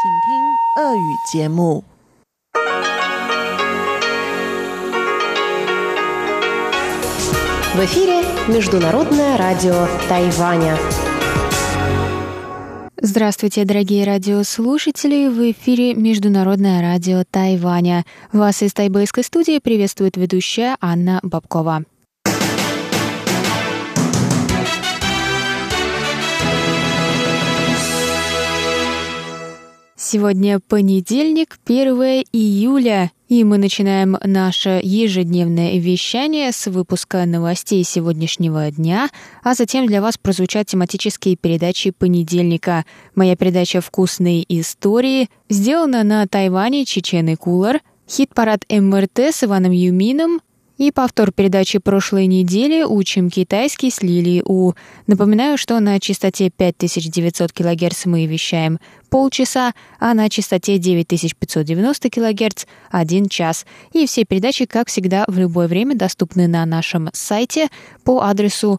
В эфире Международное радио Тайваня. Здравствуйте, дорогие радиослушатели! В эфире Международное радио Тайваня. Вас из тайбэйской студии приветствует ведущая Анна Бабкова. Сегодня понедельник, 1 июля, и мы начинаем наше ежедневное вещание с выпуска новостей сегодняшнего дня, а затем для вас прозвучат тематические передачи понедельника. Моя передача «Вкусные истории» сделана на Тайване Чеченой Кулар, хит-парад МРТ с Иваном Юмином и повтор передачи прошлой недели «Учим китайский» с Лилией У. Напоминаю, что на частоте 5900 кГц мы вещаем полчаса, а на частоте 9590 кГц – 1 час. И все передачи, как всегда, в любое время доступны на нашем сайте по адресу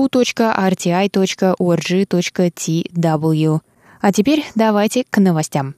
ru.rti.org.tw. А теперь давайте к новостям.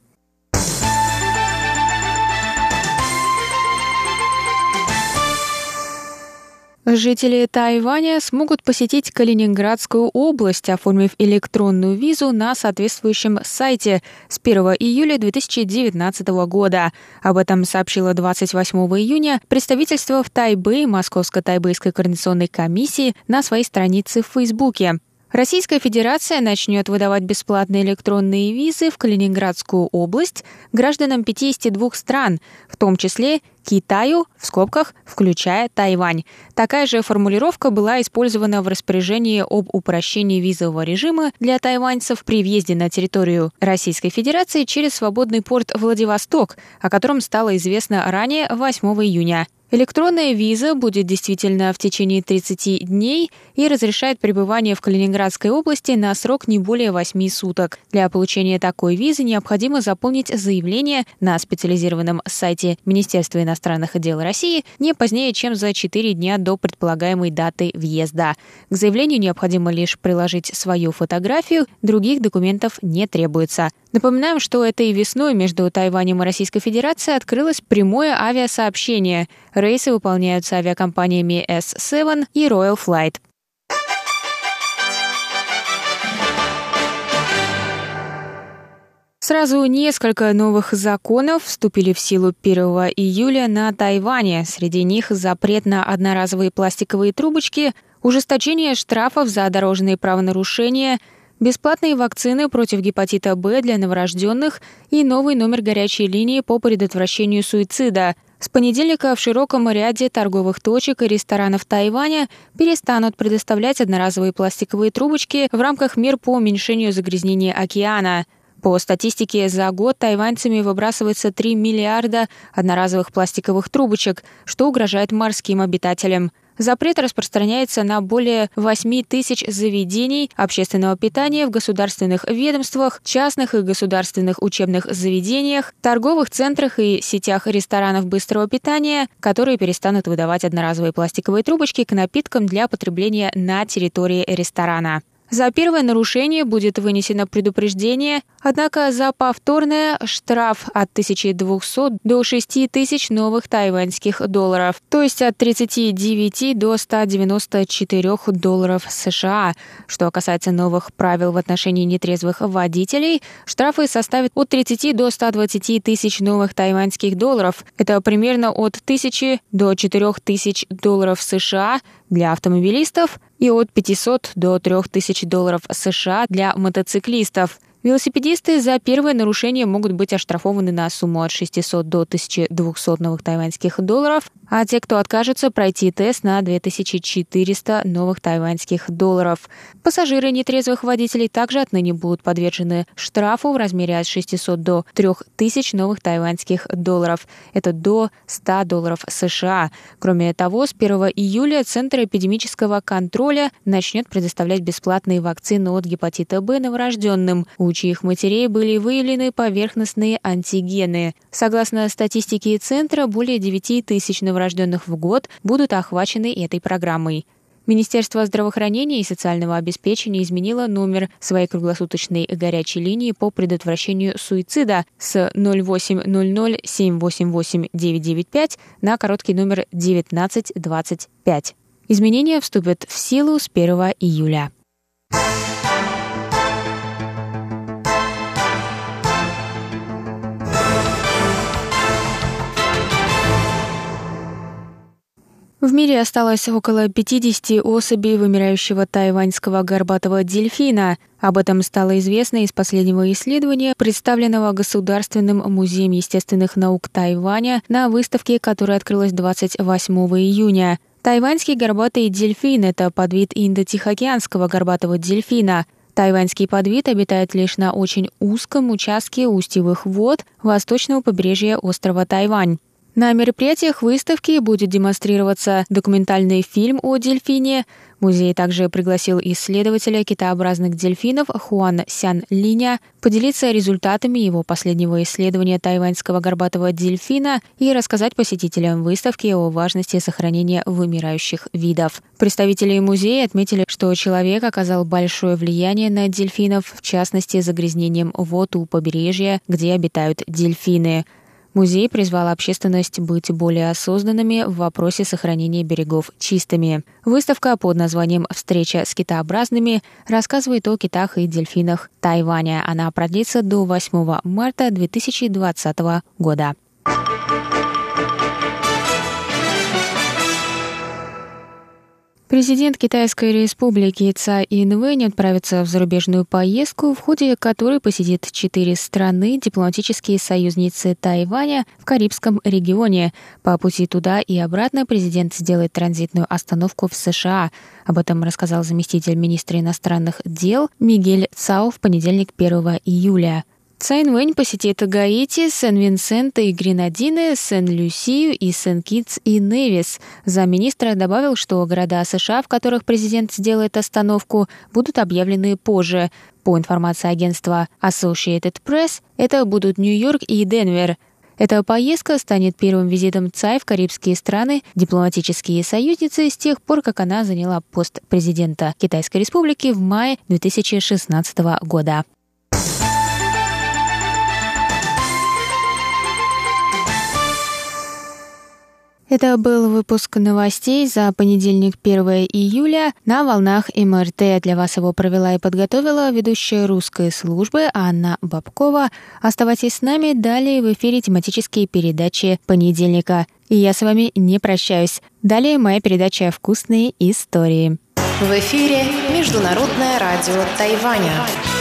Жители Тайваня смогут посетить Калининградскую область, оформив электронную визу на соответствующем сайте с 1 июля 2019 года. Об этом сообщило 28 июня представительство в Тайбэе Московско-Тайбэйской координационной комиссии на своей странице в Фейсбуке. Российская Федерация начнет выдавать бесплатные электронные визы в Калининградскую область гражданам 52 стран, в том числе Китаю, в скобках, включая Тайвань. Такая же формулировка была использована в распоряжении об упрощении визового режима для тайваньцев при въезде на территорию Российской Федерации через свободный порт Владивосток, о котором стало известно ранее 8 июня. Электронная виза будет действительно в течение 30 дней и разрешает пребывание в Калининградской области на срок не более 8 суток. Для получения такой визы необходимо заполнить заявление на специализированном сайте Министерства иностранных дел России не позднее, чем за 4 дня до предполагаемой даты въезда. К заявлению необходимо лишь приложить свою фотографию, других документов не требуется. Напоминаем, что этой весной между Тайванем и Российской Федерацией открылось прямое авиасообщение. Рейсы выполняются авиакомпаниями S7 и Royal Flight. Сразу несколько новых законов вступили в силу 1 июля на Тайване. Среди них запрет на одноразовые пластиковые трубочки, ужесточение штрафов за дорожные правонарушения, бесплатные вакцины против гепатита Б для новорожденных и новый номер горячей линии по предотвращению суицида. С понедельника в широком ряде торговых точек и ресторанов Тайваня перестанут предоставлять одноразовые пластиковые трубочки в рамках мер по уменьшению загрязнения океана. По статистике, за год тайваньцами выбрасывается 3 миллиарда одноразовых пластиковых трубочек, что угрожает морским обитателям. Запрет распространяется на более 8 тысяч заведений общественного питания в государственных ведомствах, частных и государственных учебных заведениях, торговых центрах и сетях ресторанов быстрого питания, которые перестанут выдавать одноразовые пластиковые трубочки к напиткам для потребления на территории ресторана. За первое нарушение будет вынесено предупреждение, однако за повторное – штраф от 1200 до 6000 новых тайваньских долларов, то есть от 39 до 194 долларов США. Что касается новых правил в отношении нетрезвых водителей, штрафы составят от 30 до 120 тысяч новых тайваньских долларов. Это примерно от 1000 до 4000 долларов США для автомобилистов и от 500 до 3000 долларов США для мотоциклистов. Велосипедисты за первое нарушение могут быть оштрафованы на сумму от 600 до 1200 новых тайваньских долларов, а те, кто откажется пройти тест, на 2400 новых тайваньских долларов. Пассажиры нетрезвых водителей также отныне будут подвержены штрафу в размере от 600 до 3000 новых тайваньских долларов. Это до 100 долларов США. Кроме того, с 1 июля Центр эпидемического контроля начнет предоставлять бесплатные вакцины от гепатита Б новорожденным, у чьих матерей были выявлены поверхностные антигены. Согласно статистике Центра, более 9000 новорожденных в год будут охвачены этой программой. Министерство здравоохранения и социального обеспечения изменило номер своей круглосуточной горячей линии по предотвращению суицида с 0800 788 995 на короткий номер 1925. Изменения вступят в силу с 1 июля. В мире осталось около 50 особей вымирающего тайваньского горбатого дельфина. Об этом стало известно из последнего исследования, представленного Государственным музеем естественных наук Тайваня на выставке, которая открылась 28 июня. Тайваньский горбатый дельфин – это подвид индо-тихоокеанского горбатого дельфина. Тайваньский подвид обитает лишь на очень узком участке устьевых вод восточного побережья острова Тайвань. На мероприятиях выставки будет демонстрироваться документальный фильм о дельфине. Музей также пригласил исследователя китообразных дельфинов Хуан Сян Линя поделиться результатами его последнего исследования тайваньского горбатого дельфина и рассказать посетителям выставки о важности сохранения вымирающих видов. Представители музея отметили, что человек оказал большое влияние на дельфинов, в частности, загрязнением вод у побережья, где обитают дельфины. Музей призвал общественность быть более осознанными в вопросе сохранения берегов чистыми. Выставка под названием «Встреча с китообразными» рассказывает о китах и дельфинах Тайваня. Она продлится до 8 марта 2020 года. Президент Китайской республики Цай Инвэнь отправится в зарубежную поездку, в ходе которой посетит 4 страны, дипломатические союзницы Тайваня в Карибском регионе. По пути туда и обратно президент сделает транзитную остановку в США. Об этом рассказал заместитель министра иностранных дел Мигель Цао в понедельник, 1 июля. Цай Инвэнь посетит Гаити, Сен-Винсент и Гренадины, Сен-Люсию и Сен-Китс и Невис. Замминистра добавил, что города США, в которых президент сделает остановку, будут объявлены позже. По информации агентства Associated Press, это будут Нью-Йорк и Денвер. Эта поездка станет первым визитом Цай в карибские страны, дипломатические союзницы, с тех пор, как она заняла пост президента Китайской республики в мае 2016 года. Это был выпуск новостей за понедельник, 1 июля на волнах МРТ. Для вас его провела и подготовила ведущая русской службы Анна Бабкова. Оставайтесь с нами, далее в эфире тематические передачи понедельника. И я с вами не прощаюсь. Далее моя передача «Вкусные истории». В эфире Международное радио Тайваня.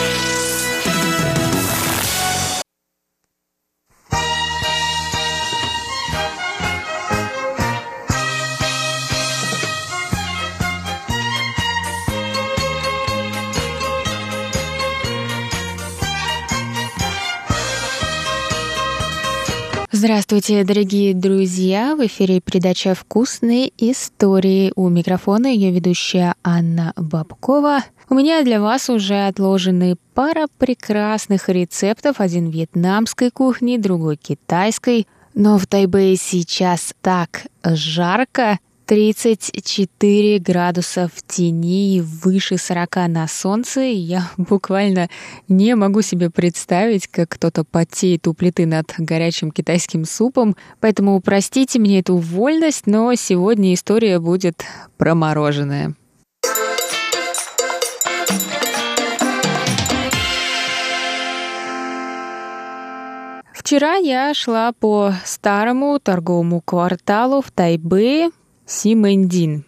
Здравствуйте, дорогие друзья! В эфире передача «Вкусные истории». У микрофона ее ведущая Анна Бабкова. У меня для вас уже отложены пара прекрасных рецептов. Один вьетнамской кухни, другой китайской. Но в Тайбэе сейчас так жарко. 34 градуса в тени и выше 40 на солнце. Я буквально не могу себе представить, как кто-то потеет у плиты над горячим китайским супом. Поэтому простите мне эту вольность, но сегодня история будет про мороженое. Вчера я шла по старому торговому кварталу в Тайбэе, Симэндин.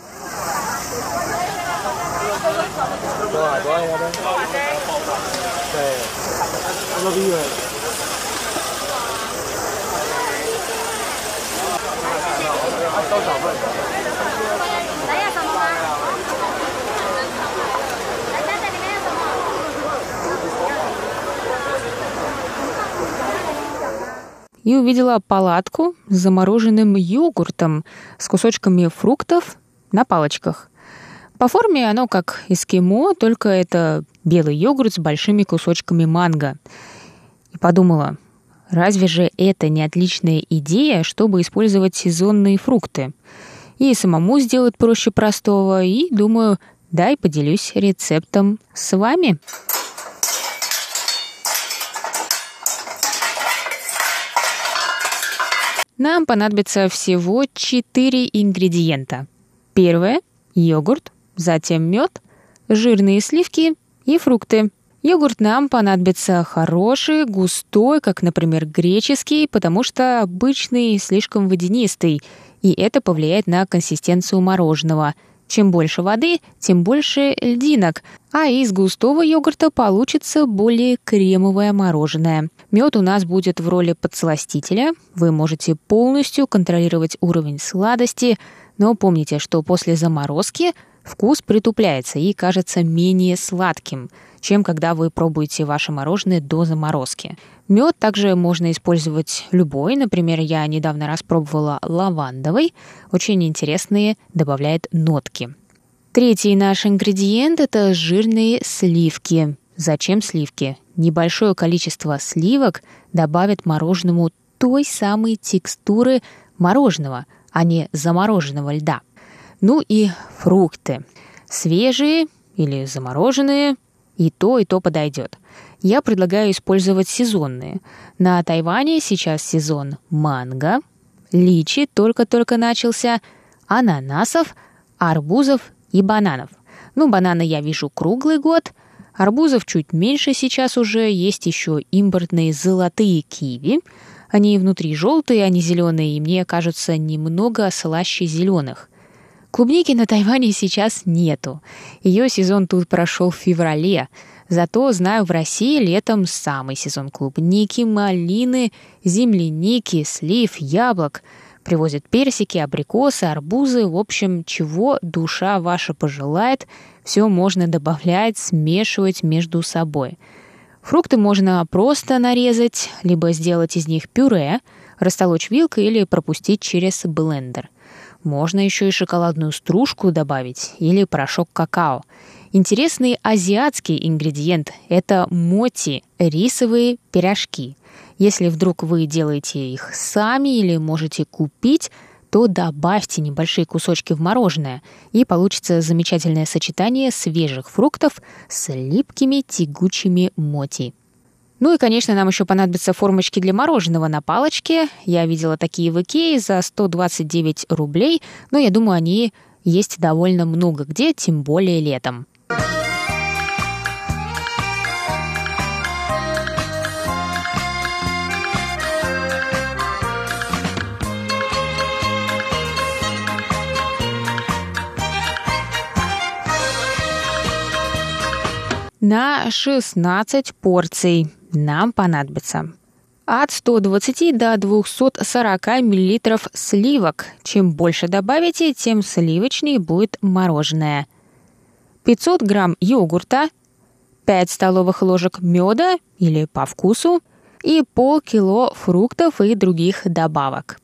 И увидела палатку с замороженным йогуртом с кусочками фруктов на палочках. По форме оно как эскимо, только это белый йогурт с большими кусочками манго. И подумала, разве же это не отличная идея, чтобы использовать сезонные фрукты? И самому сделать проще простого. И думаю, дай поделюсь рецептом с вами. Нам понадобится всего 4 ингредиента. Первое – йогурт, затем мед, жирные сливки и фрукты. Йогурт нам понадобится хороший, густой, как, например, греческий, потому что обычный слишком водянистый, и это повлияет на консистенцию мороженого. Чем больше воды, тем больше льдинок, а из густого йогурта получится более кремовое мороженое. Мед у нас будет в роли подсластителя. Вы можете полностью контролировать уровень сладости, но помните, что после заморозки вкус притупляется и кажется менее сладким, чем когда вы пробуете ваше мороженое до заморозки. Мед также можно использовать любой. Например, я недавно распробовала лавандовый. Очень интересные, добавляет нотки. Третий наш ингредиент – это жирные сливки. Зачем сливки? Небольшое количество сливок добавит мороженому той самой текстуры мороженого, а не замороженного льда. Ну и фрукты. Свежие или замороженные, и то подойдет. Я предлагаю использовать сезонные. На Тайване сейчас сезон манго, личи только-только начался, ананасов, арбузов и бананов. Бананы я вижу круглый год, арбузов чуть меньше сейчас уже, есть еще импортные золотые киви. Они внутри желтые, они зеленые, и мне кажутся немного слаще зеленых. Клубники на Тайване сейчас нету. Ее сезон тут прошел в феврале. Зато, знаю, в России летом самый сезон клубники, малины, земляники, слив, яблок. Привозят персики, абрикосы, арбузы. В общем, чего душа ваша пожелает, все можно добавлять, смешивать между собой. Фрукты можно просто нарезать, либо сделать из них пюре, растолочь вилкой или пропустить через блендер. Можно еще и шоколадную стружку добавить или порошок какао. Интересный азиатский ингредиент – это моти – рисовые пирожки. Если вдруг вы делаете их сами или можете купить, то добавьте небольшие кусочки в мороженое, и получится замечательное сочетание свежих фруктов с липкими тягучими моти. Ну и, конечно, нам еще понадобятся формочки для мороженого на палочке. Я видела такие в Икее за 129 рублей, но я думаю, они есть довольно много где, тем более летом. На 16 порций нам понадобится от 120 до 240 мл сливок. Чем больше добавите, тем сливочнее будет мороженое. 500 грамм йогурта, 5 столовых ложек меда или по вкусу и полкило фруктов и других добавок.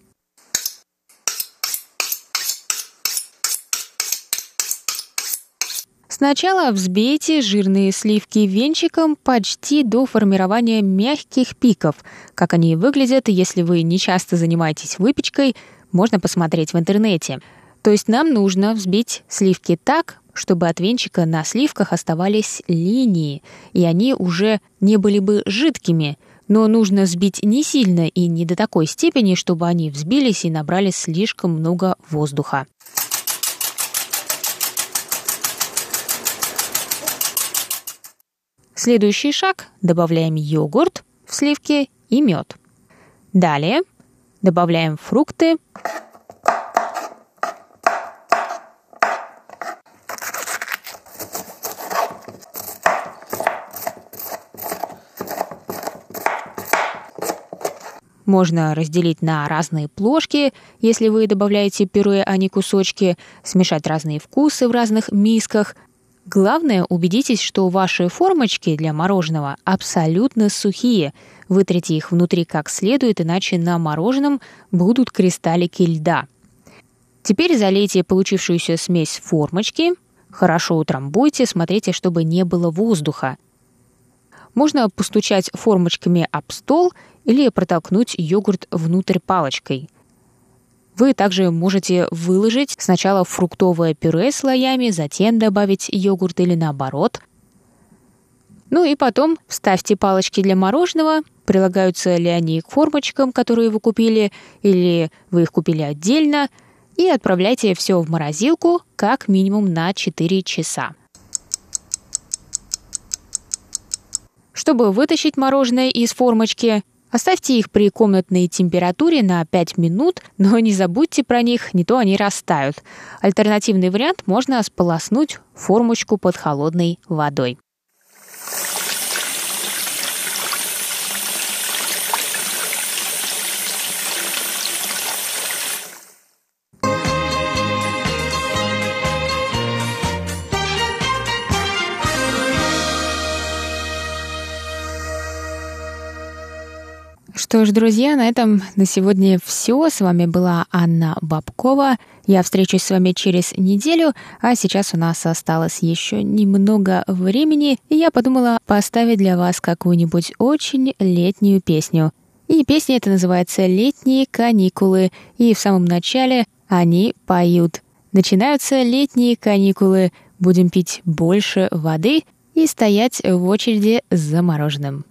Сначала взбейте жирные сливки венчиком почти до формирования мягких пиков. Как они выглядят, если вы не часто занимаетесь выпечкой, можно посмотреть в интернете. То есть нам нужно взбить сливки так, чтобы от венчика на сливках оставались линии, и они уже не были бы жидкими. Но нужно взбить не сильно и не до такой степени, чтобы они взбились и набрали слишком много воздуха. Следующий шаг – добавляем йогурт в сливки и мед. Далее добавляем фрукты. Можно разделить на разные плошки, если вы добавляете пюре, а не кусочки, смешать разные вкусы в разных мисках. Главное, убедитесь, что ваши формочки для мороженого абсолютно сухие. Вытрите их внутри как следует, иначе на мороженом будут кристаллики льда. Теперь залейте получившуюся смесь в формочки. Хорошо утрамбуйте, смотрите, чтобы не было воздуха. Можно постучать формочками об стол или протолкнуть йогурт внутрь палочкой. Вы также можете выложить сначала фруктовое пюре слоями, затем добавить йогурт или наоборот. Ну и потом вставьте палочки для мороженого. Прилагаются ли они к формочкам, которые вы купили, или вы их купили отдельно. И отправляйте все в морозилку как минимум на 4 часа. Чтобы вытащить мороженое из формочки, оставьте их при комнатной температуре на 5 минут, но не забудьте про них, не то они растают. Альтернативный вариант – можно сполоснуть формочку под холодной водой. Что ж, друзья, на этом на сегодня все. С вами была Анна Бабкова. Я встречусь с вами через неделю, а сейчас у нас осталось еще немного времени, и я подумала поставить для вас какую-нибудь очень летнюю песню. И песня эта называется «Летние каникулы», и в самом начале они поют. Начинаются летние каникулы, будем пить больше воды и стоять в очереди за мороженым.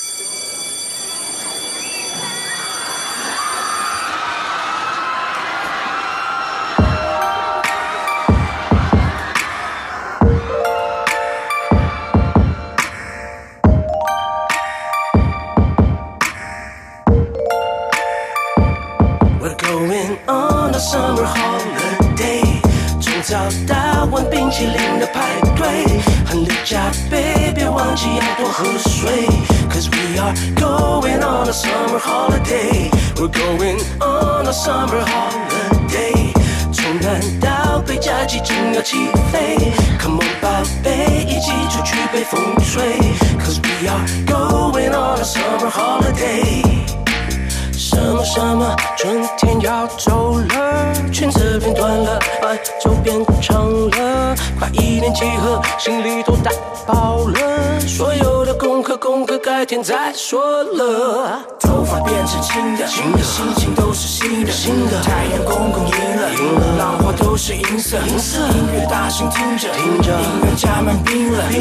Summer holiday， 从早到晚冰淇淋的排队，很累加倍，别忘记要多喝水。Cause we are going on a summer holiday， We're going on a summer holiday， 从南到北假期正要起飞 ，Come on 宝贝，一起出去被风吹。Cause we are going on a summer holiday。什么春天要走了，裙子变短了，白昼变长了，快1年集合，心里都大爆了，所有的功课改天再说了。头发变成新的，心情都是新的，太阳公公赢了，浪花都是银色，音乐大声听着，音乐加满冰了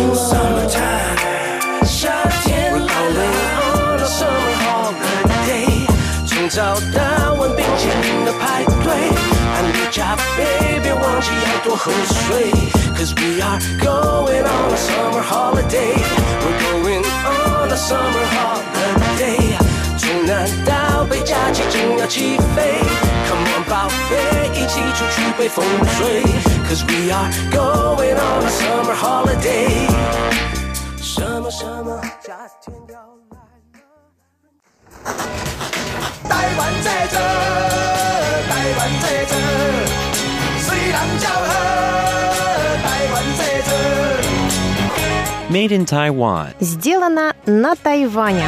，Summertime， 夏天来了 ，On a summer holiday。从早到晚冰淇淋的排队，含泪加倍，别忘记要多喝水。Cause we are going on a summer holiday， We're going on a summer holiday。从南到北假期正要起飞 ，Come on 宝贝，一起出去被风吹。Cause we are going on a summer holiday。什么夏天要来了。台湾在这，台湾在这，水浪骄和，台湾在这。 Made in Taiwan. Сделано на Тайване.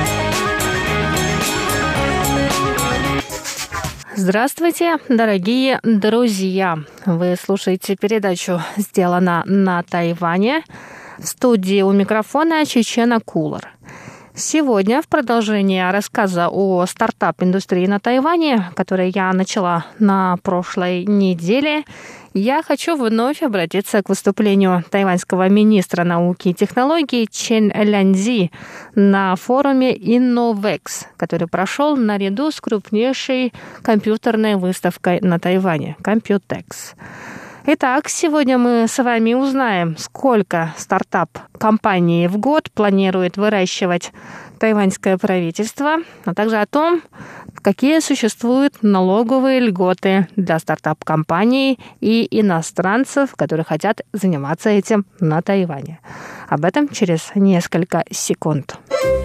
Здравствуйте, дорогие друзья! Вы слушаете передачу «Сделано на Тайване». В студии у микрофона Чечена Кулар. Сегодня в продолжение рассказа о стартап-индустрии на Тайване, который я начала на прошлой неделе, я хочу вновь обратиться к выступлению тайваньского министра науки и технологий Чен Ляньзи на форуме Innovex, который прошел наряду с крупнейшей компьютерной выставкой на Тайване – Computex. Итак, сегодня мы с вами узнаем, сколько стартап-компаний в год планирует выращивать тайваньское правительство, а также о том, какие существуют налоговые льготы для стартап-компаний и иностранцев, которые хотят заниматься этим на Тайване. Об этом через несколько секунд.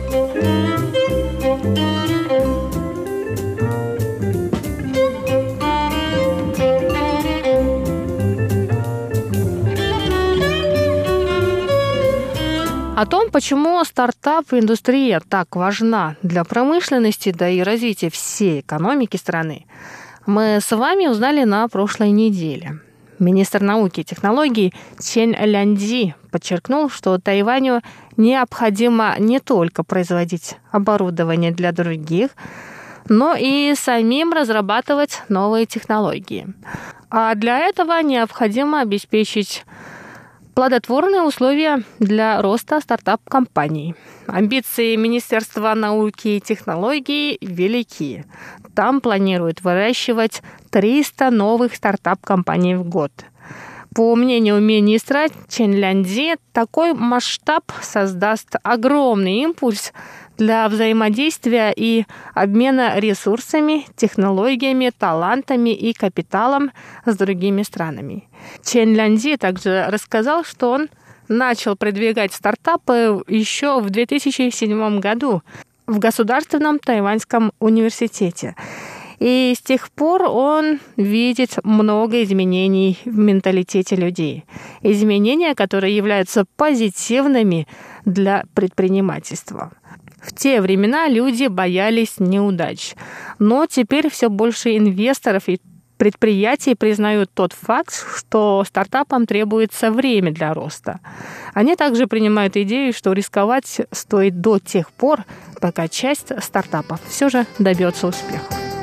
О том, почему стартап-индустрия так важна для промышленности, да и развития всей экономики страны, мы с вами узнали на прошлой неделе. Министр науки и технологий Чен Ляньзи подчеркнул, что Тайваню необходимо не только производить оборудование для других, но и самим разрабатывать новые технологии. А для этого необходимо обеспечить плодотворные условия для роста стартап-компаний. Амбиции Министерства науки и технологий велики. Там планируют выращивать 300 новых стартап-компаний в год. По мнению министра Чен Лян-ди, такой масштаб создаст огромный импульс для взаимодействия и обмена ресурсами, технологиями, талантами и капиталом с другими странами. Чен Лян-ди также рассказал, что он начал продвигать стартапы еще в 2007 году в Государственном тайваньском университете. И с тех пор он видит много изменений в менталитете людей. Изменения, которые являются позитивными для предпринимательства. В те времена люди боялись неудач. Но теперь все больше инвесторов и предприятий признают тот факт, что стартапам требуется время для роста. Они также принимают идею, что рисковать стоит до тех пор, пока часть стартапов все же добьется успеха.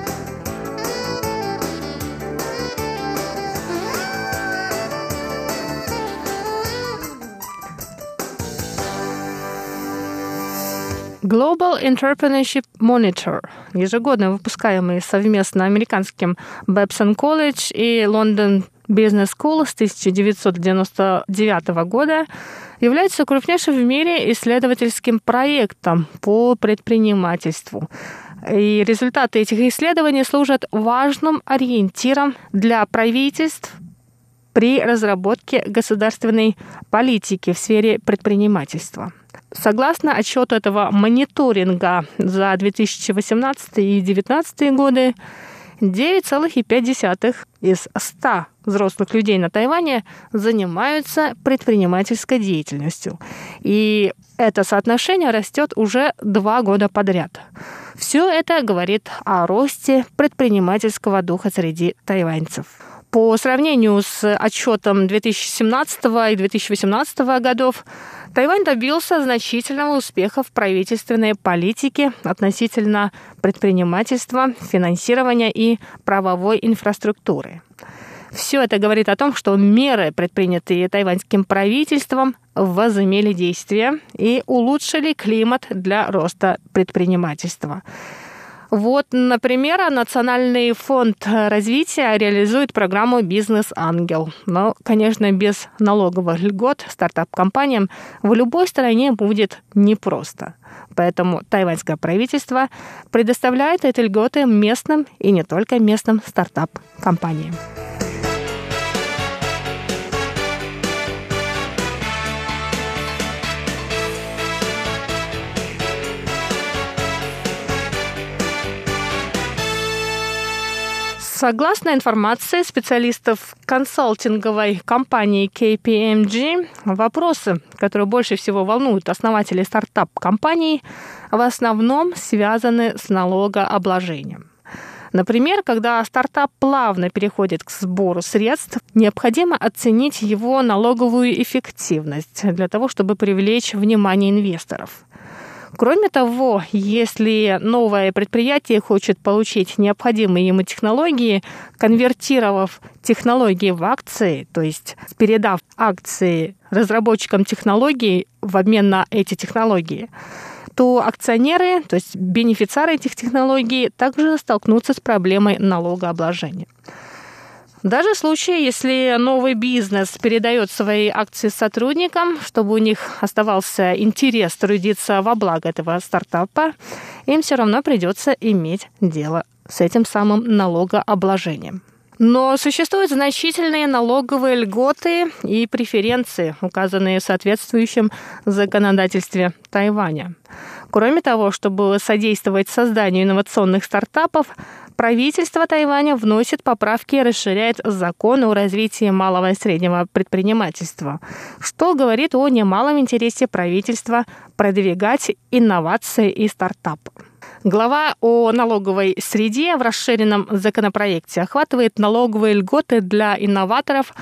Global Entrepreneurship Monitor, ежегодно выпускаемый совместно американским Babson College и London Business School с 1999 года, является крупнейшим в мире исследовательским проектом по предпринимательству. И результаты этих исследований служат важным ориентиром для правительств при разработке государственной политики в сфере предпринимательства. Согласно отчету этого мониторинга за 2018 и 2019 годы, 9,5 из 100 взрослых людей на Тайване занимаются предпринимательской деятельностью. И это соотношение растет уже 2 года подряд. Все это говорит о росте предпринимательского духа среди тайваньцев. По сравнению с отчетом 2017 и 2018 годов, Тайвань добился значительного успеха в правительственной политике относительно предпринимательства, финансирования и правовой инфраструктуры. Все это говорит о том, что меры, предпринятые тайваньским правительством, возымели действие и улучшили климат для роста предпринимательства. Вот, например, Национальный фонд развития реализует программу «Бизнес-ангел». Но, конечно, без налоговых льгот стартап-компаниям в любой стране будет непросто. Поэтому тайваньское правительство предоставляет эти льготы местным и не только местным стартап-компаниям. Согласно информации специалистов консалтинговой компании KPMG, вопросы, которые больше всего волнуют основателей стартап-компаний, в основном связаны с налогообложением. Например, когда стартап плавно переходит к сбору средств, необходимо оценить его налоговую эффективность для того, чтобы привлечь внимание инвесторов. Кроме того, если новое предприятие хочет получить необходимые ему технологии, конвертировав технологии в акции, то есть передав акции разработчикам технологий в обмен на эти технологии, то акционеры, то есть бенефициары этих технологий, также столкнутся с проблемой налогообложения. Даже в случае, если новый бизнес передает свои акции сотрудникам, чтобы у них оставался интерес трудиться во благо этого стартапа, им все равно придется иметь дело с этим самым налогообложением. Но существуют значительные налоговые льготы и преференции, указанные в соответствующем законодательстве Тайваня. Кроме того, чтобы содействовать созданию инновационных стартапов, правительство Тайваня вносит поправки и расширяет закон о развитии малого и среднего предпринимательства, что говорит о немалом интересе правительства продвигать инновации и стартапы. Глава о налоговой среде в расширенном законопроекте охватывает налоговые льготы для инноваторов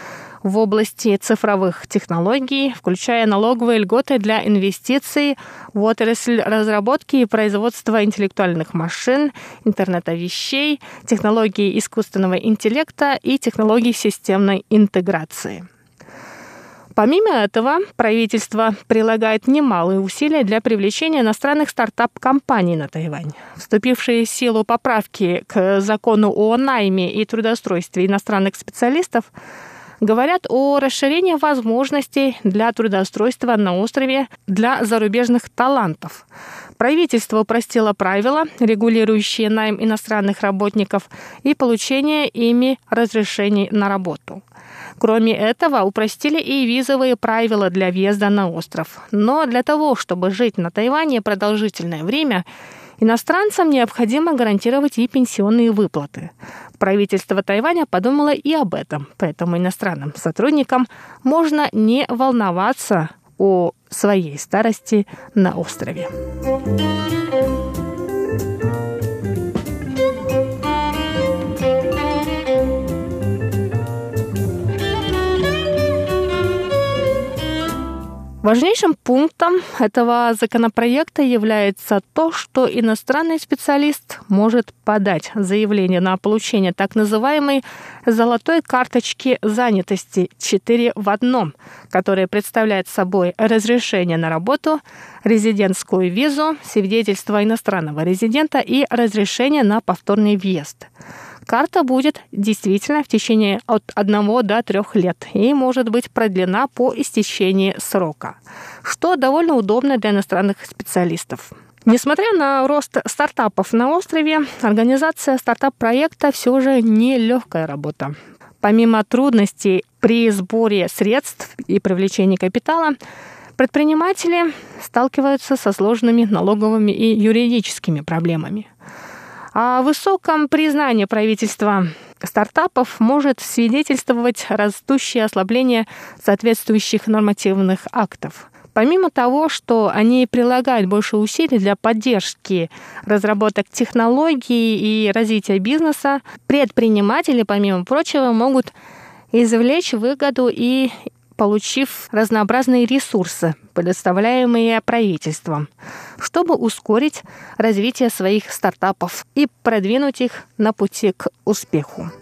в области цифровых технологий, включая налоговые льготы для инвестиций в отрасль разработки и производства интеллектуальных машин, интернета вещей, технологий искусственного интеллекта и технологий системной интеграции. Помимо этого, правительство прилагает немалые усилия для привлечения иностранных стартап-компаний на Тайвань. Вступившие в силу поправки к закону о найме и трудоустройстве иностранных специалистов говорят о расширении возможностей для трудоустройства на острове для зарубежных талантов. Правительство упростило правила, регулирующие найм иностранных работников и получение ими разрешений на работу. Кроме этого, упростили и визовые правила для въезда на остров. Но для того, чтобы жить на Тайване продолжительное время, иностранцам необходимо гарантировать и пенсионные выплаты. Правительство Тайваня подумало и об этом, поэтому иностранным сотрудникам можно не волноваться о своей старости на острове. Важнейшим пунктом этого законопроекта является то, что иностранный специалист может подать заявление на получение так называемой «золотой карточки занятости 4 в 1», которая представляет собой разрешение на работу, резидентскую визу, свидетельство иностранного резидента и разрешение на повторный въезд. Карта будет действительно в течение от 1 до 3 лет и может быть продлена по истечении срока, что довольно удобно для иностранных специалистов. Несмотря на рост стартапов на острове, организация стартап-проекта все же не легкая работа. Помимо трудностей при сборе средств и привлечении капитала, предприниматели сталкиваются со сложными налоговыми и юридическими проблемами. О высоком признании правительства стартапов может свидетельствовать растущее ослабление соответствующих нормативных актов. Помимо того, что они прилагают больше усилий для поддержки разработок технологий и развития бизнеса, предприниматели, помимо прочего, могут извлечь выгоду и получив разнообразные ресурсы, предоставляемые правительством, чтобы ускорить развитие своих стартапов и продвинуть их на пути к успеху.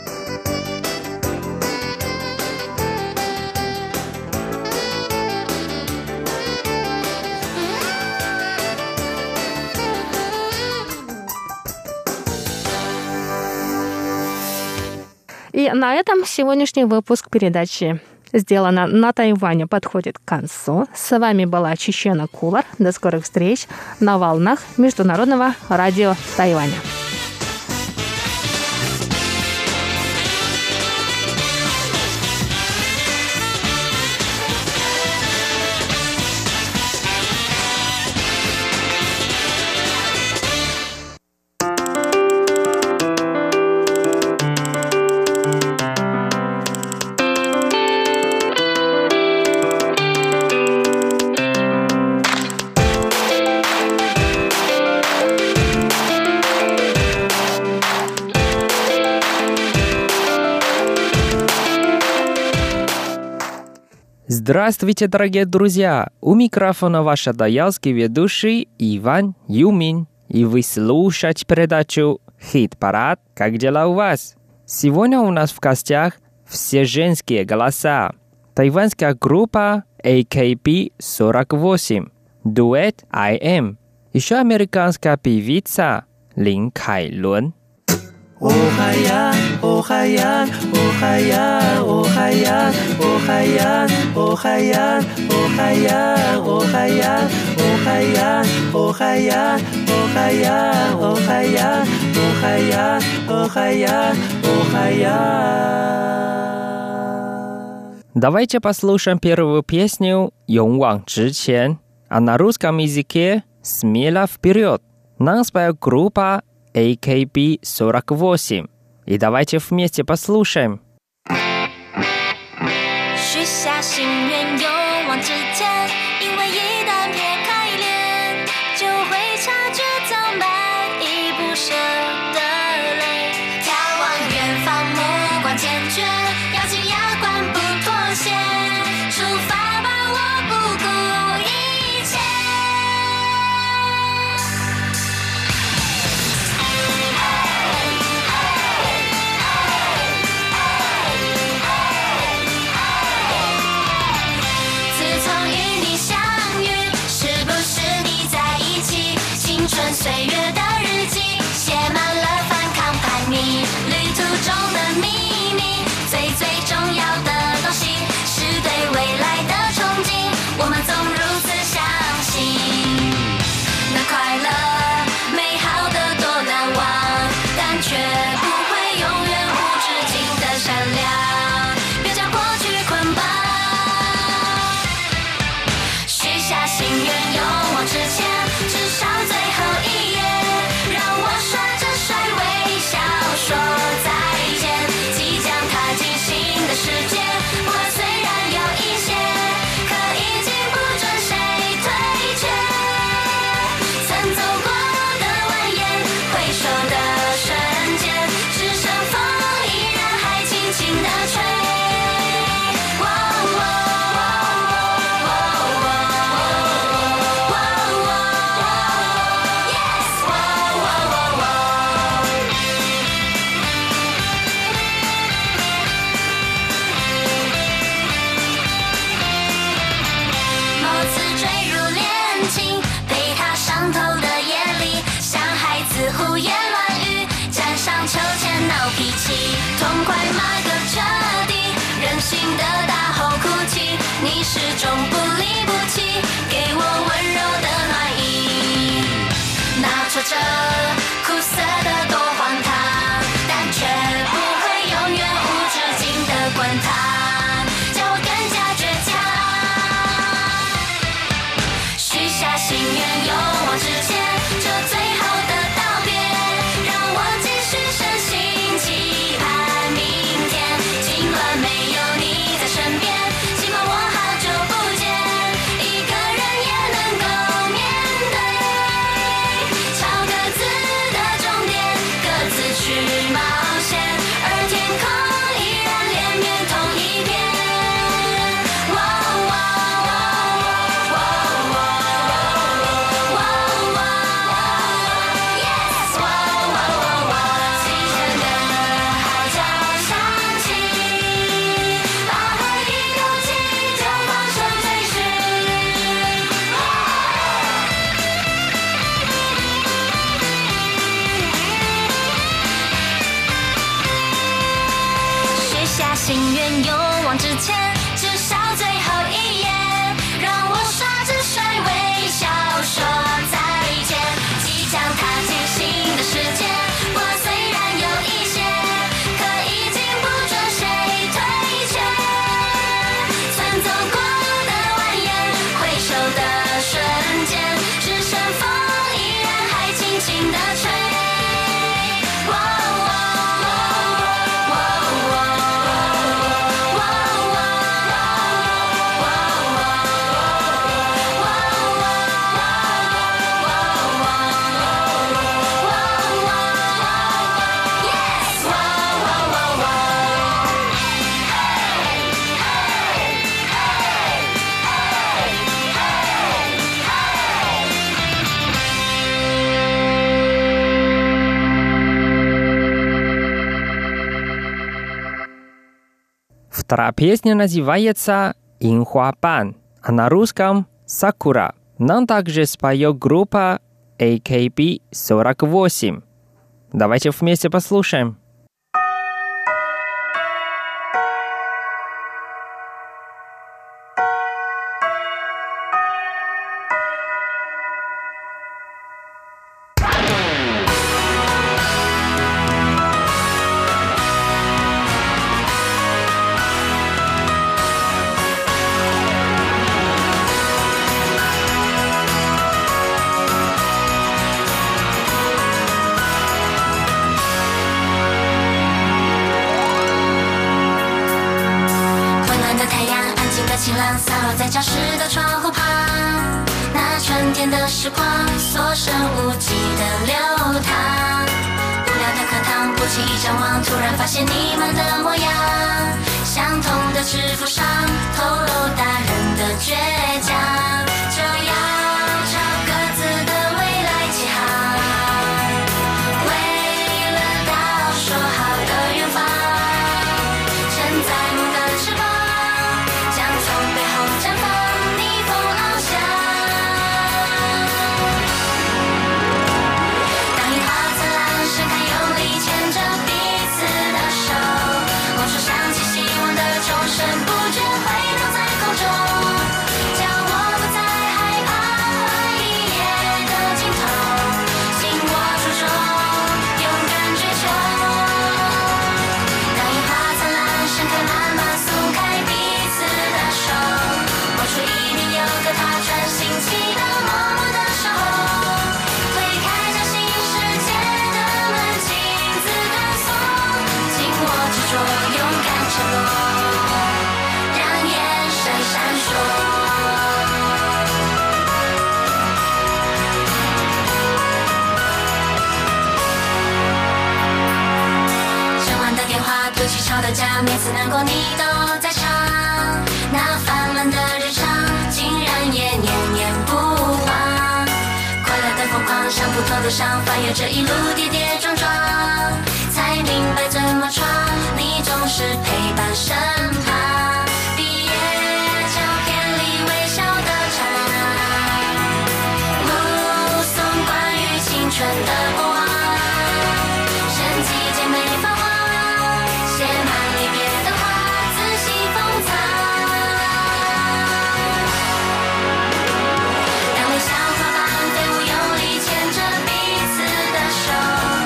И на этом сегодняшний выпуск передачи «Сделано на Тайване» подходит к концу. С вами была Чечена Кулар. До скорых встреч на волнах Международного радио Тайваня. Здравствуйте, дорогие друзья! У микрофона ваш даялский ведущий Иван Юмин. И вы слушаете передачу «Хит-парад». Как дела у вас? Сегодня у нас в гостях все женские голоса. Тайванская группа AKB48, дуэт I Am. Еще американская певица Лин Кайлун. Oh Hayan, oh Hayan, oh Hayan, oh Hayan, oh Hayan, oh Hayan, oh Hayan, oh Hayan, oh Hayan, oh Hayan, oh Hayan, oh Hayan, oh Hayan, oh Hayan, oh Hayan. Давайте послушаем первую песню «勇往直前», а на русском языке «Смело вперед». Нам споет группа AKB48. И давайте вместе послушаем. 许下心愿，勇往直前，因为一旦撇开一脸，就会察觉早慢，一不舍得泪。眺望远方，目光坚决，咬紧牙关不 Вторая песня называется «Инхуапан», а на русском «Сакура». Нам также споет группа AKB48. Давайте вместе послушаем. 晴朗洒落在教室的窗户旁，那春天的时光所剩无几的流淌。无聊的课堂不经意张望，突然发现你们的模样，相同的制服上透露大人的倔强，就要朝各自的未来起航，为了到说好的远方，承载梦的翅膀，从背后绽放，逆风翱翔。当樱花灿烂盛开，用力牵着彼此的手，梦说响起希望的钟声，不觉回荡在空中，叫我不再害怕一夜的尽头，紧握初衷，勇敢追求。当樱花灿烂盛开，慢慢松开彼此的手，我说一定有个他专心祈祷，默默的守候，推开崭新世界的门，亲自探索，紧握执着，勇敢承诺，让眼神闪烁。整晚的电话，赌气吵的架，每次难过你都在场，那烦闷的日常竟然也念念不忘，快乐的疯狂像不脱的伤，翻越这一路跌跌撞撞，才明白怎么闯，你总是陪伴身旁，毕业照片里微笑的灿烂，目送关于青春的过往，生机姐妹发黄，写满离别的话，仔细封藏。当微笑花瓣飞舞，用力牵着彼此的手，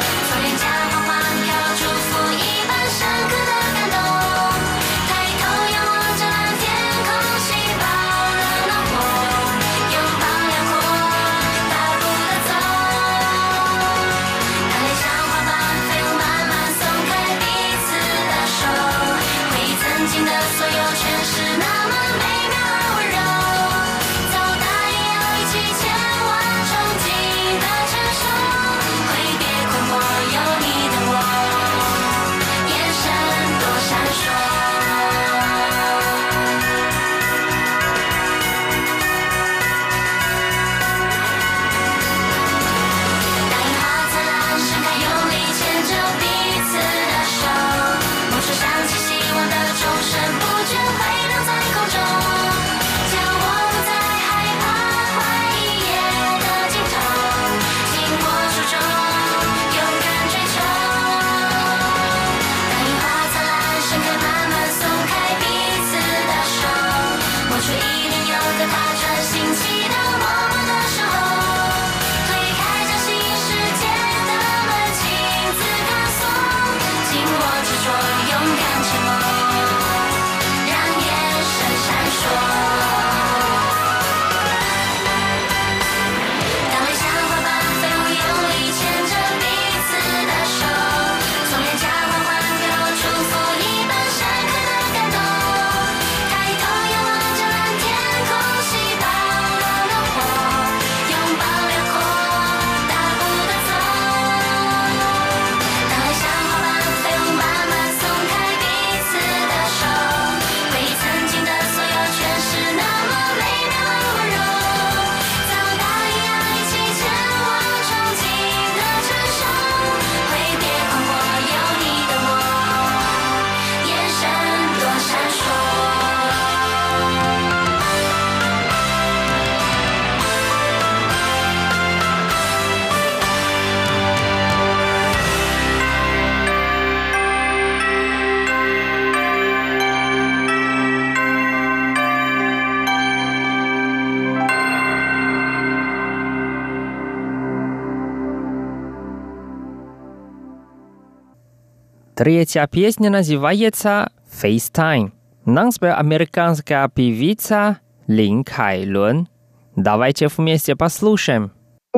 Третья песня называется «FaceTime». Нам спела американская певица Лин Кайлун. Давайте вместе послушаем.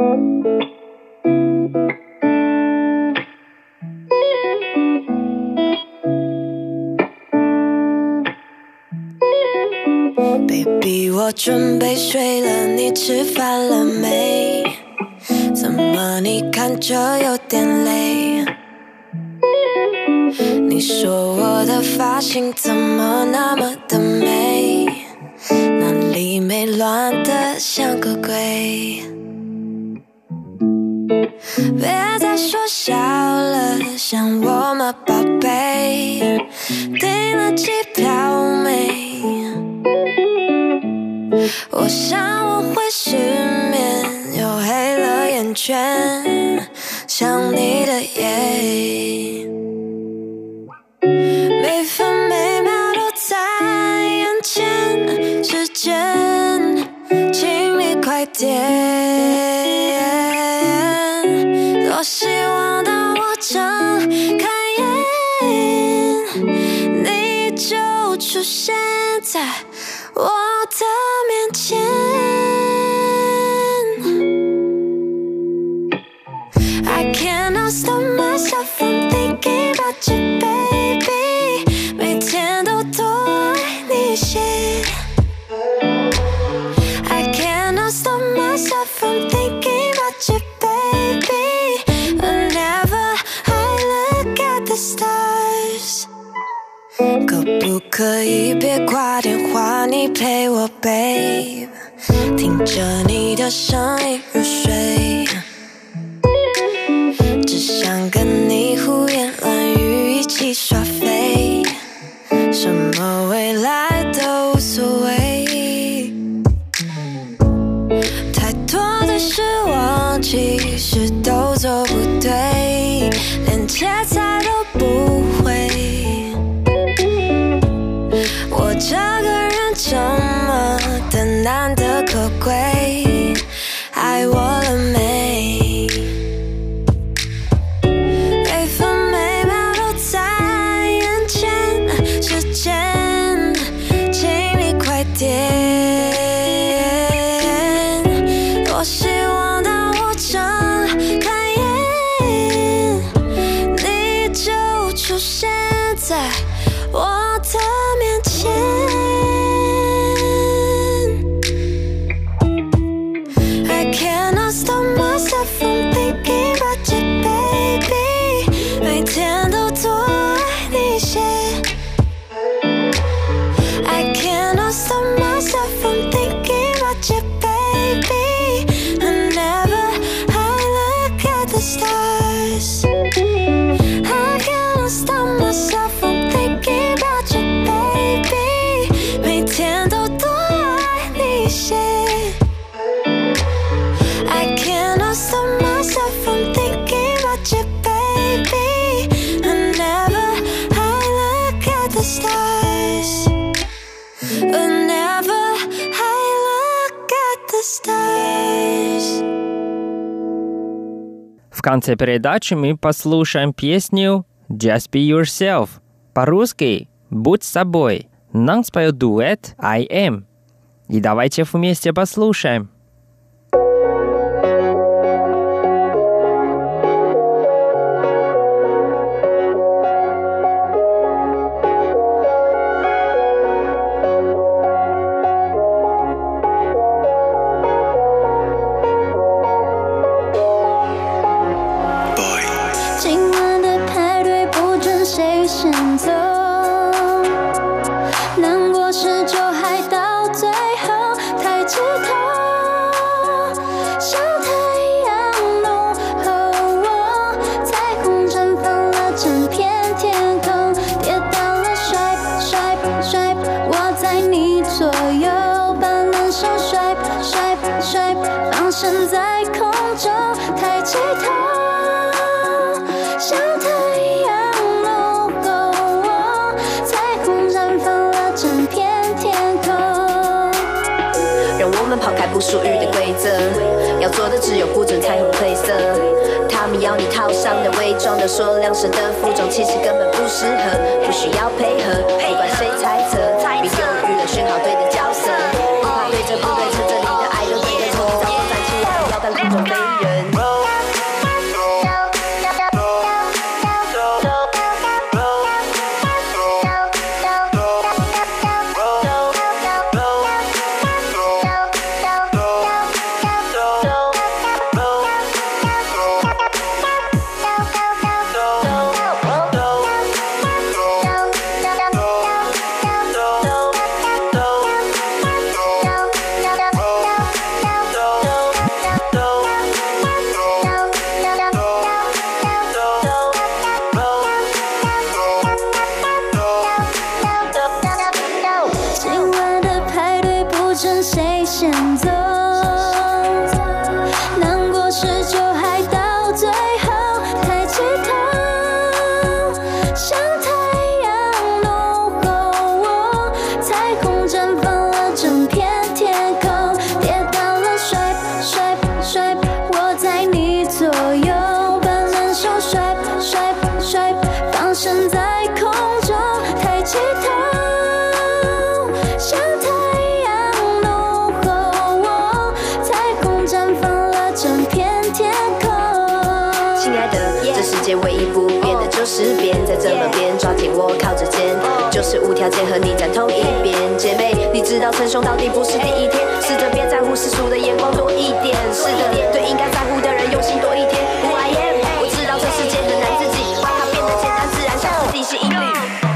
Baby， 我准备睡了，你吃饭了没？怎么你看着有点累？你说我的发型怎么那么的美？哪里没乱得像个鬼？别再说笑了，想我吗，宝贝？订了机票没？我想我会失眠，又黑了眼圈，想你的夜，每分每秒都在眼前，时间，请你快点。多希望当我睁开眼，你就出现在我的面前。I cannot stop myself from thinking about you, baby。每天都多爱你一些。I cannot stop myself from thinking about you, baby。Whenever I look at the stars。可不可以别挂电话，你陪我 babe， 听着你的声音入睡，只想跟你胡言乱语一起耍废，什么未来都无所谓，太多的失望其实都做不对，连切菜都不会，我这个人这么的难得可贵，爱我了没？每分每秒都在眼前，时间，请你快点。多希望当我睁开眼，你就出现在我的面前。I cannot stop myself from thinking about you, baby。每天都多爱你一些。I cannot stop myself from thinking about you, baby。Whenever I look at the stars。I cannot stop myself from thinking about you, baby。每天都多爱你一些。I cannot stop myself from thinking about you, baby。Whenever I look at the stars。Whenever I look at the stars。 В конце передачи мы послушаем песню «Just be yourself». По-русски «Будь собой». Нам споет дуэт «I am». И давайте вместе послушаем. 要做的只有不准彩虹褪色。他们要你套上的伪装的说亮神的服装，其实根本不适合，不需要配合，不管谁猜测，别犹豫了，选好对的角色，不怕对着不对称，这里的爱都对的错，早早站起来，不要当空中飞人。唯一不变的就是变，在这么边抓紧我靠着肩，就是无条件和你站同一边。姐妹，你知道称兄道弟不是第一天，试着别在乎世俗的眼光多一点。是的，对应该在乎的人用心多一点。Who I am， 我知道这世界很难自己把它变得简单自然，像是地心引力。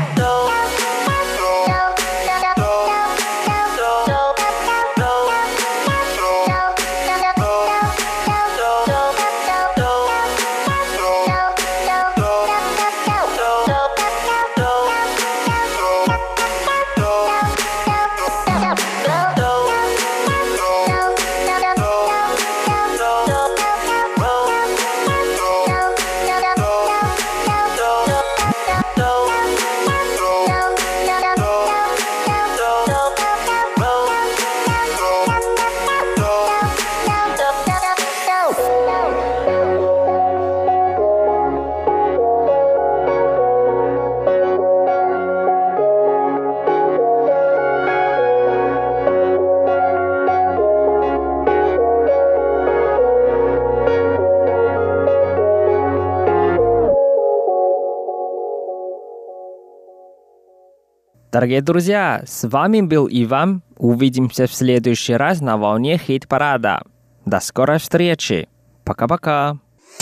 Дорогие друзья, с вами был Иван. Увидимся в следующий раз на волне хит-парада. До скорой встречи. Пока-пока.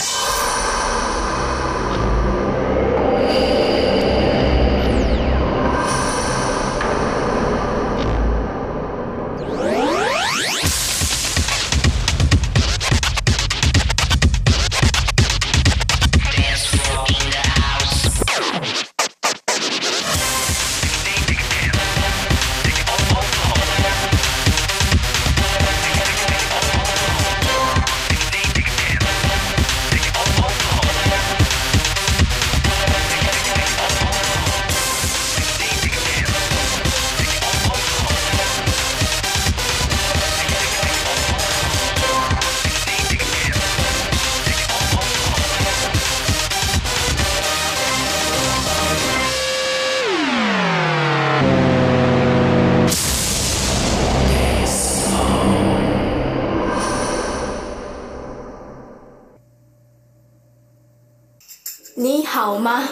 你好吗？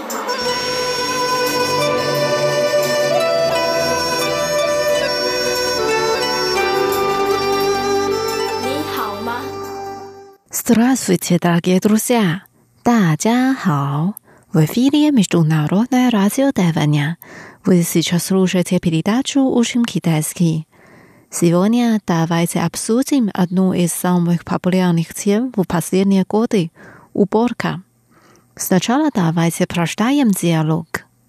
你好吗？ Здравствуйте, дорогие друзья! 大家好! В эфире Международное радио Тайваня. Вы сейчас слушаете передачу «Учим китайский». Сегодня давайте обсудим одну из самых популярных тем в последние годы – уборка. Сначала давайте прочитаем диалог.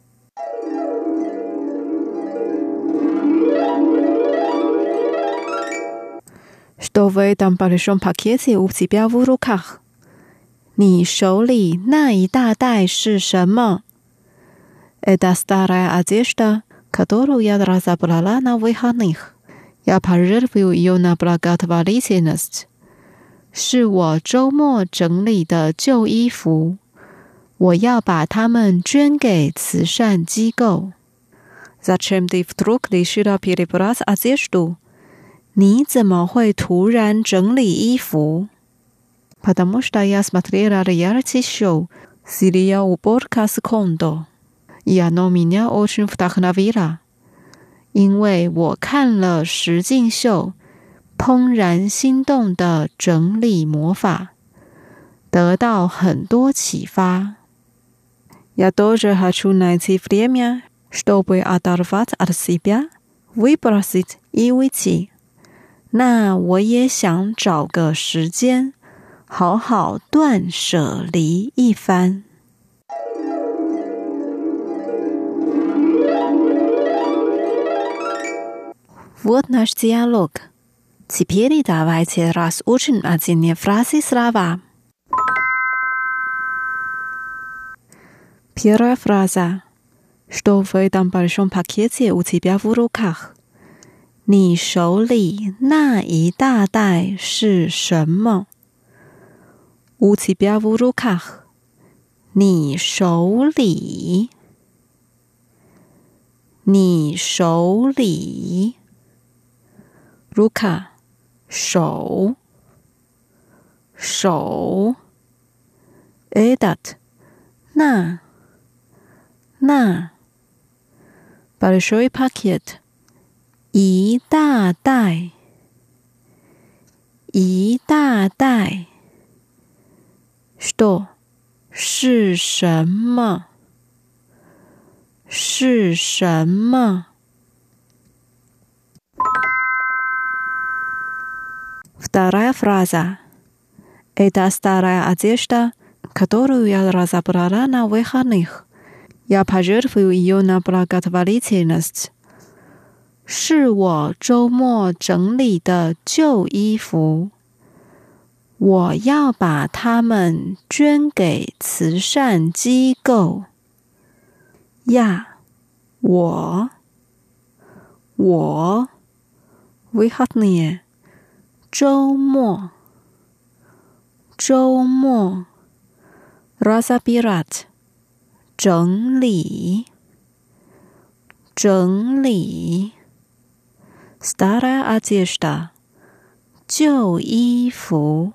Что в этом большом пакете у тебя в руках? 你手里那一大袋是什么？ Это старая одежда, которую я разобрала на выходных. Я пожертвую ее на благотворительность. 是我周末整理的旧衣服，我要把它们捐给慈善机构。Зачем ты вдруг решила перебрать одежду? 你怎么会突然整理衣服？ Потому что я смотрела реалити-шоу «Серия уборка с кондо», и оно меня очень вдохновило. 因为我看了实境秀《怦然心动的整理魔法》，得到很多启发。Я тоже хочу найти время, чтобы оторвать от себя, выбросить и уйти. 那我也想找个时间，好好断舍离一番。Вот наш диалог. Теперь давайте разучим отдельные фразы и слова. Первая фраза. Что в этом большом пакете у тебя в руках? 你手里那一大袋是什么？ У тебя в руках. 你手里，你手里。Рука 手，手。Этот 那。Большой пакет 一大袋，一大袋。Что 是什么？是什么？ Вторая фраза. Это старая одежда, которую я разобрала на выходных. Я пожертвую ее на благотворительность. 是我周末整理的旧衣服，我要把它们捐给慈善机构。呀，我 выходные 周末 разобрать 整理 Старая одежда 旧衣服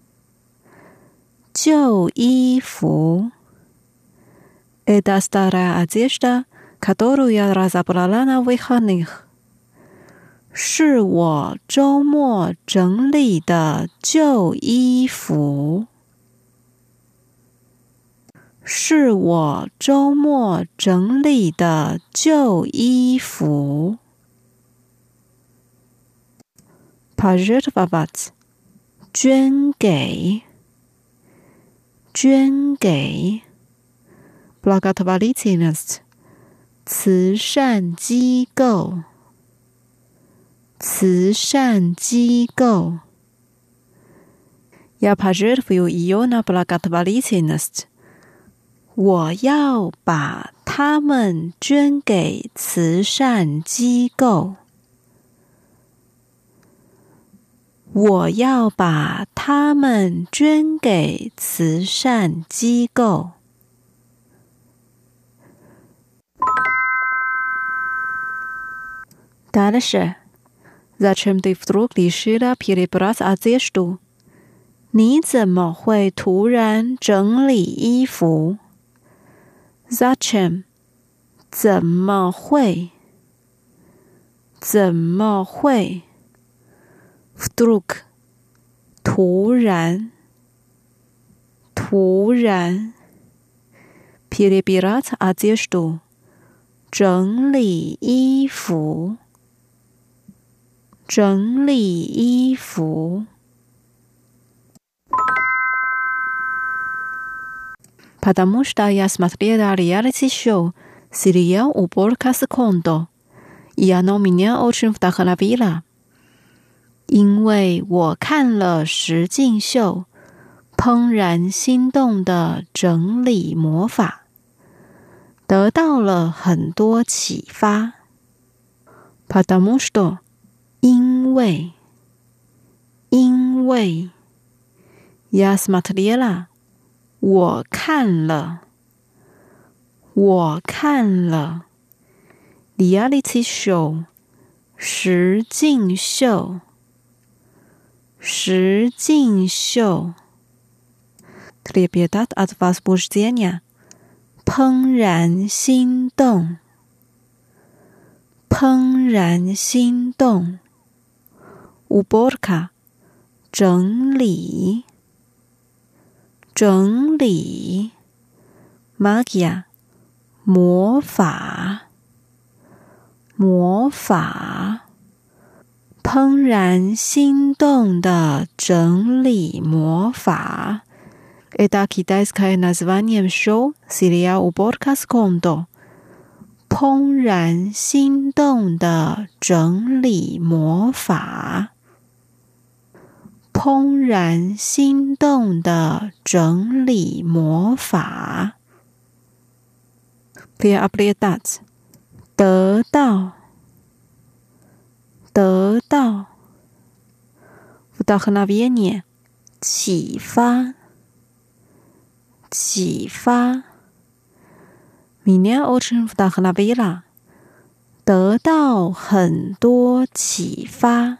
Это старая одежда, которую я разобрала на выходных. 是我周末整理的旧衣服。是我周末整理的旧衣服。Пожертвовать 捐给 Благотворительность 慈善机构。Я пожертвую ее на благотворительность. 我要把它们捐给慈善机构。我要把它们捐给慈善机构。Дальше. Зачем ты вдруг решила перебрать одежду? 你怎么会突然整理衣服？ Зачем 怎么会 Вдруг 突然 Перебирать одежду 整理衣服Потому что я смотрела реалити-шоу «Серия уборка с кондо», и оно меня очень вдохновило. 因为我看了实境秀《怦然心动的整理魔法》，得到了很多启发。Потому что 因为 Я смотрела， 我看了，我看了。Reality show， 实境秀，实境秀。Трепетать от возбуждения， 怦然心动，怦然心动。Уборка， 整理，整理。Магия， 魔法，魔法。怦然心动的整理魔法。Это китайское название шоу сериал Уборка с Кондо。怦然心动的整理魔法。怦然心动的整理魔法。Приобретать， 得到，得到。Вдохновение， 启发，启发。Меня очень вдохновило， 得到很多启发，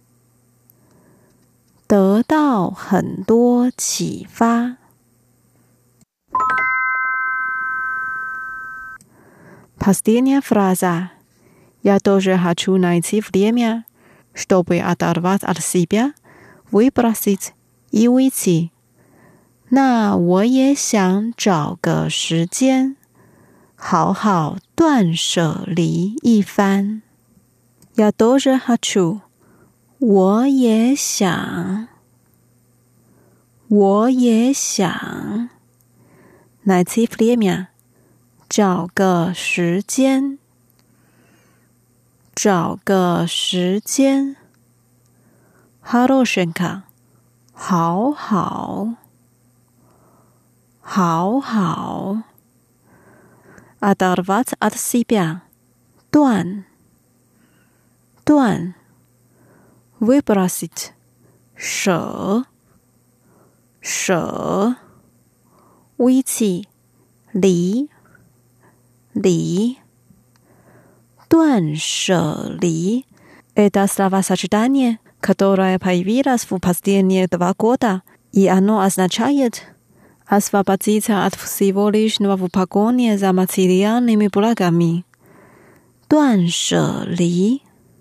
得到很多启发。Последняя фраза. Я тоже хочу найти время, чтобы оторвать от себя, выбросить и уйти. 那我也想找个时间，好好断舍离一番。Я тоже хочу， 我也想，我也想。Найти время， 找个时间，找个时间。Хорошенько， 好好，好好。Оторвать от себя， 断，断。Выбросить， 舍，舍。Уйти， 离，离。断舍离。Это словосочетание, которое появилось в последние 2 года, и оно означает освободиться от всего лишнего в погоне за материальными благами. 断舍离，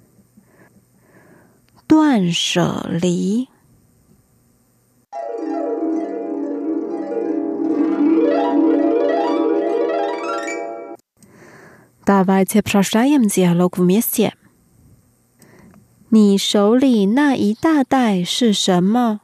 断舍离。Давайте прочитаем диалог вместе. 你手里那一大袋是什么？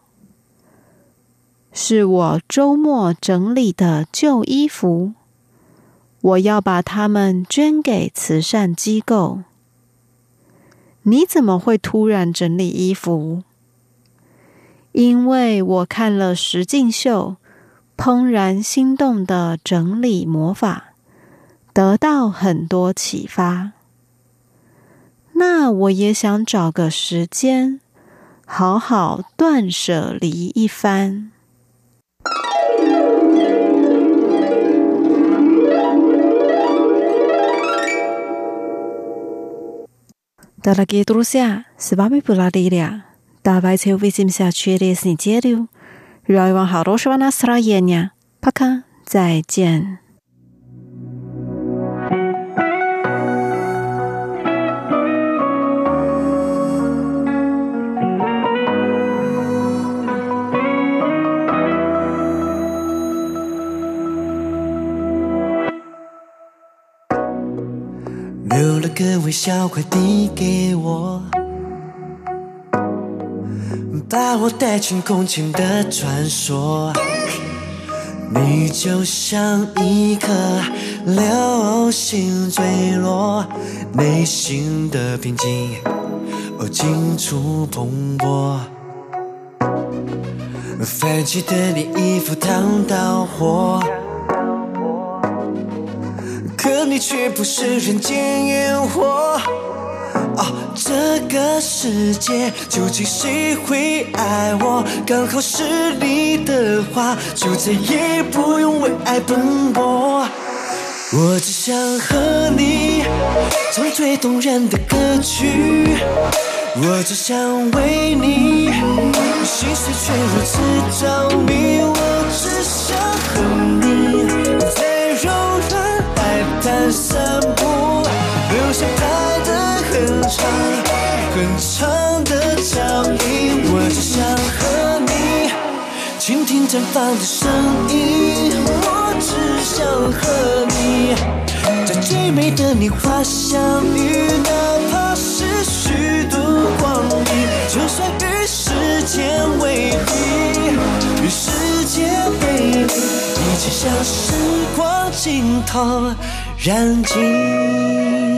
是我周末整理的旧衣服，我要把它们捐给慈善机构。你怎么会突然整理衣服？因为我看了实境秀《怦然心动的整理魔法》，得到很多启发。那我也想找个时间，好好断舍离一番。Дорогие друзья, с вами была Лилия. Давайте увидимся через неделю. Желаю вам хорошего настроения. Пока, 再见。 留了个微笑快递给我，把我带进空前的传说。你就像一颗流星坠落，内心的平静尽处蓬勃。泛起的你衣服烫到火，可你却不是人间烟火。 这个世界究竟谁会爱我？刚好是你的话，就再也不用为爱奔波。我只想和你唱最动人的歌曲，我只想为你心碎却如此着迷，我只想和你在柔软海滩散步，留下拍得很长很长的脚印。我只想和你倾听绽放的声音，我只想和你在最美的年华相遇，哪怕是虚度光阴，就算与时间为敌，与世界背离，一起向时光尽头燃尽。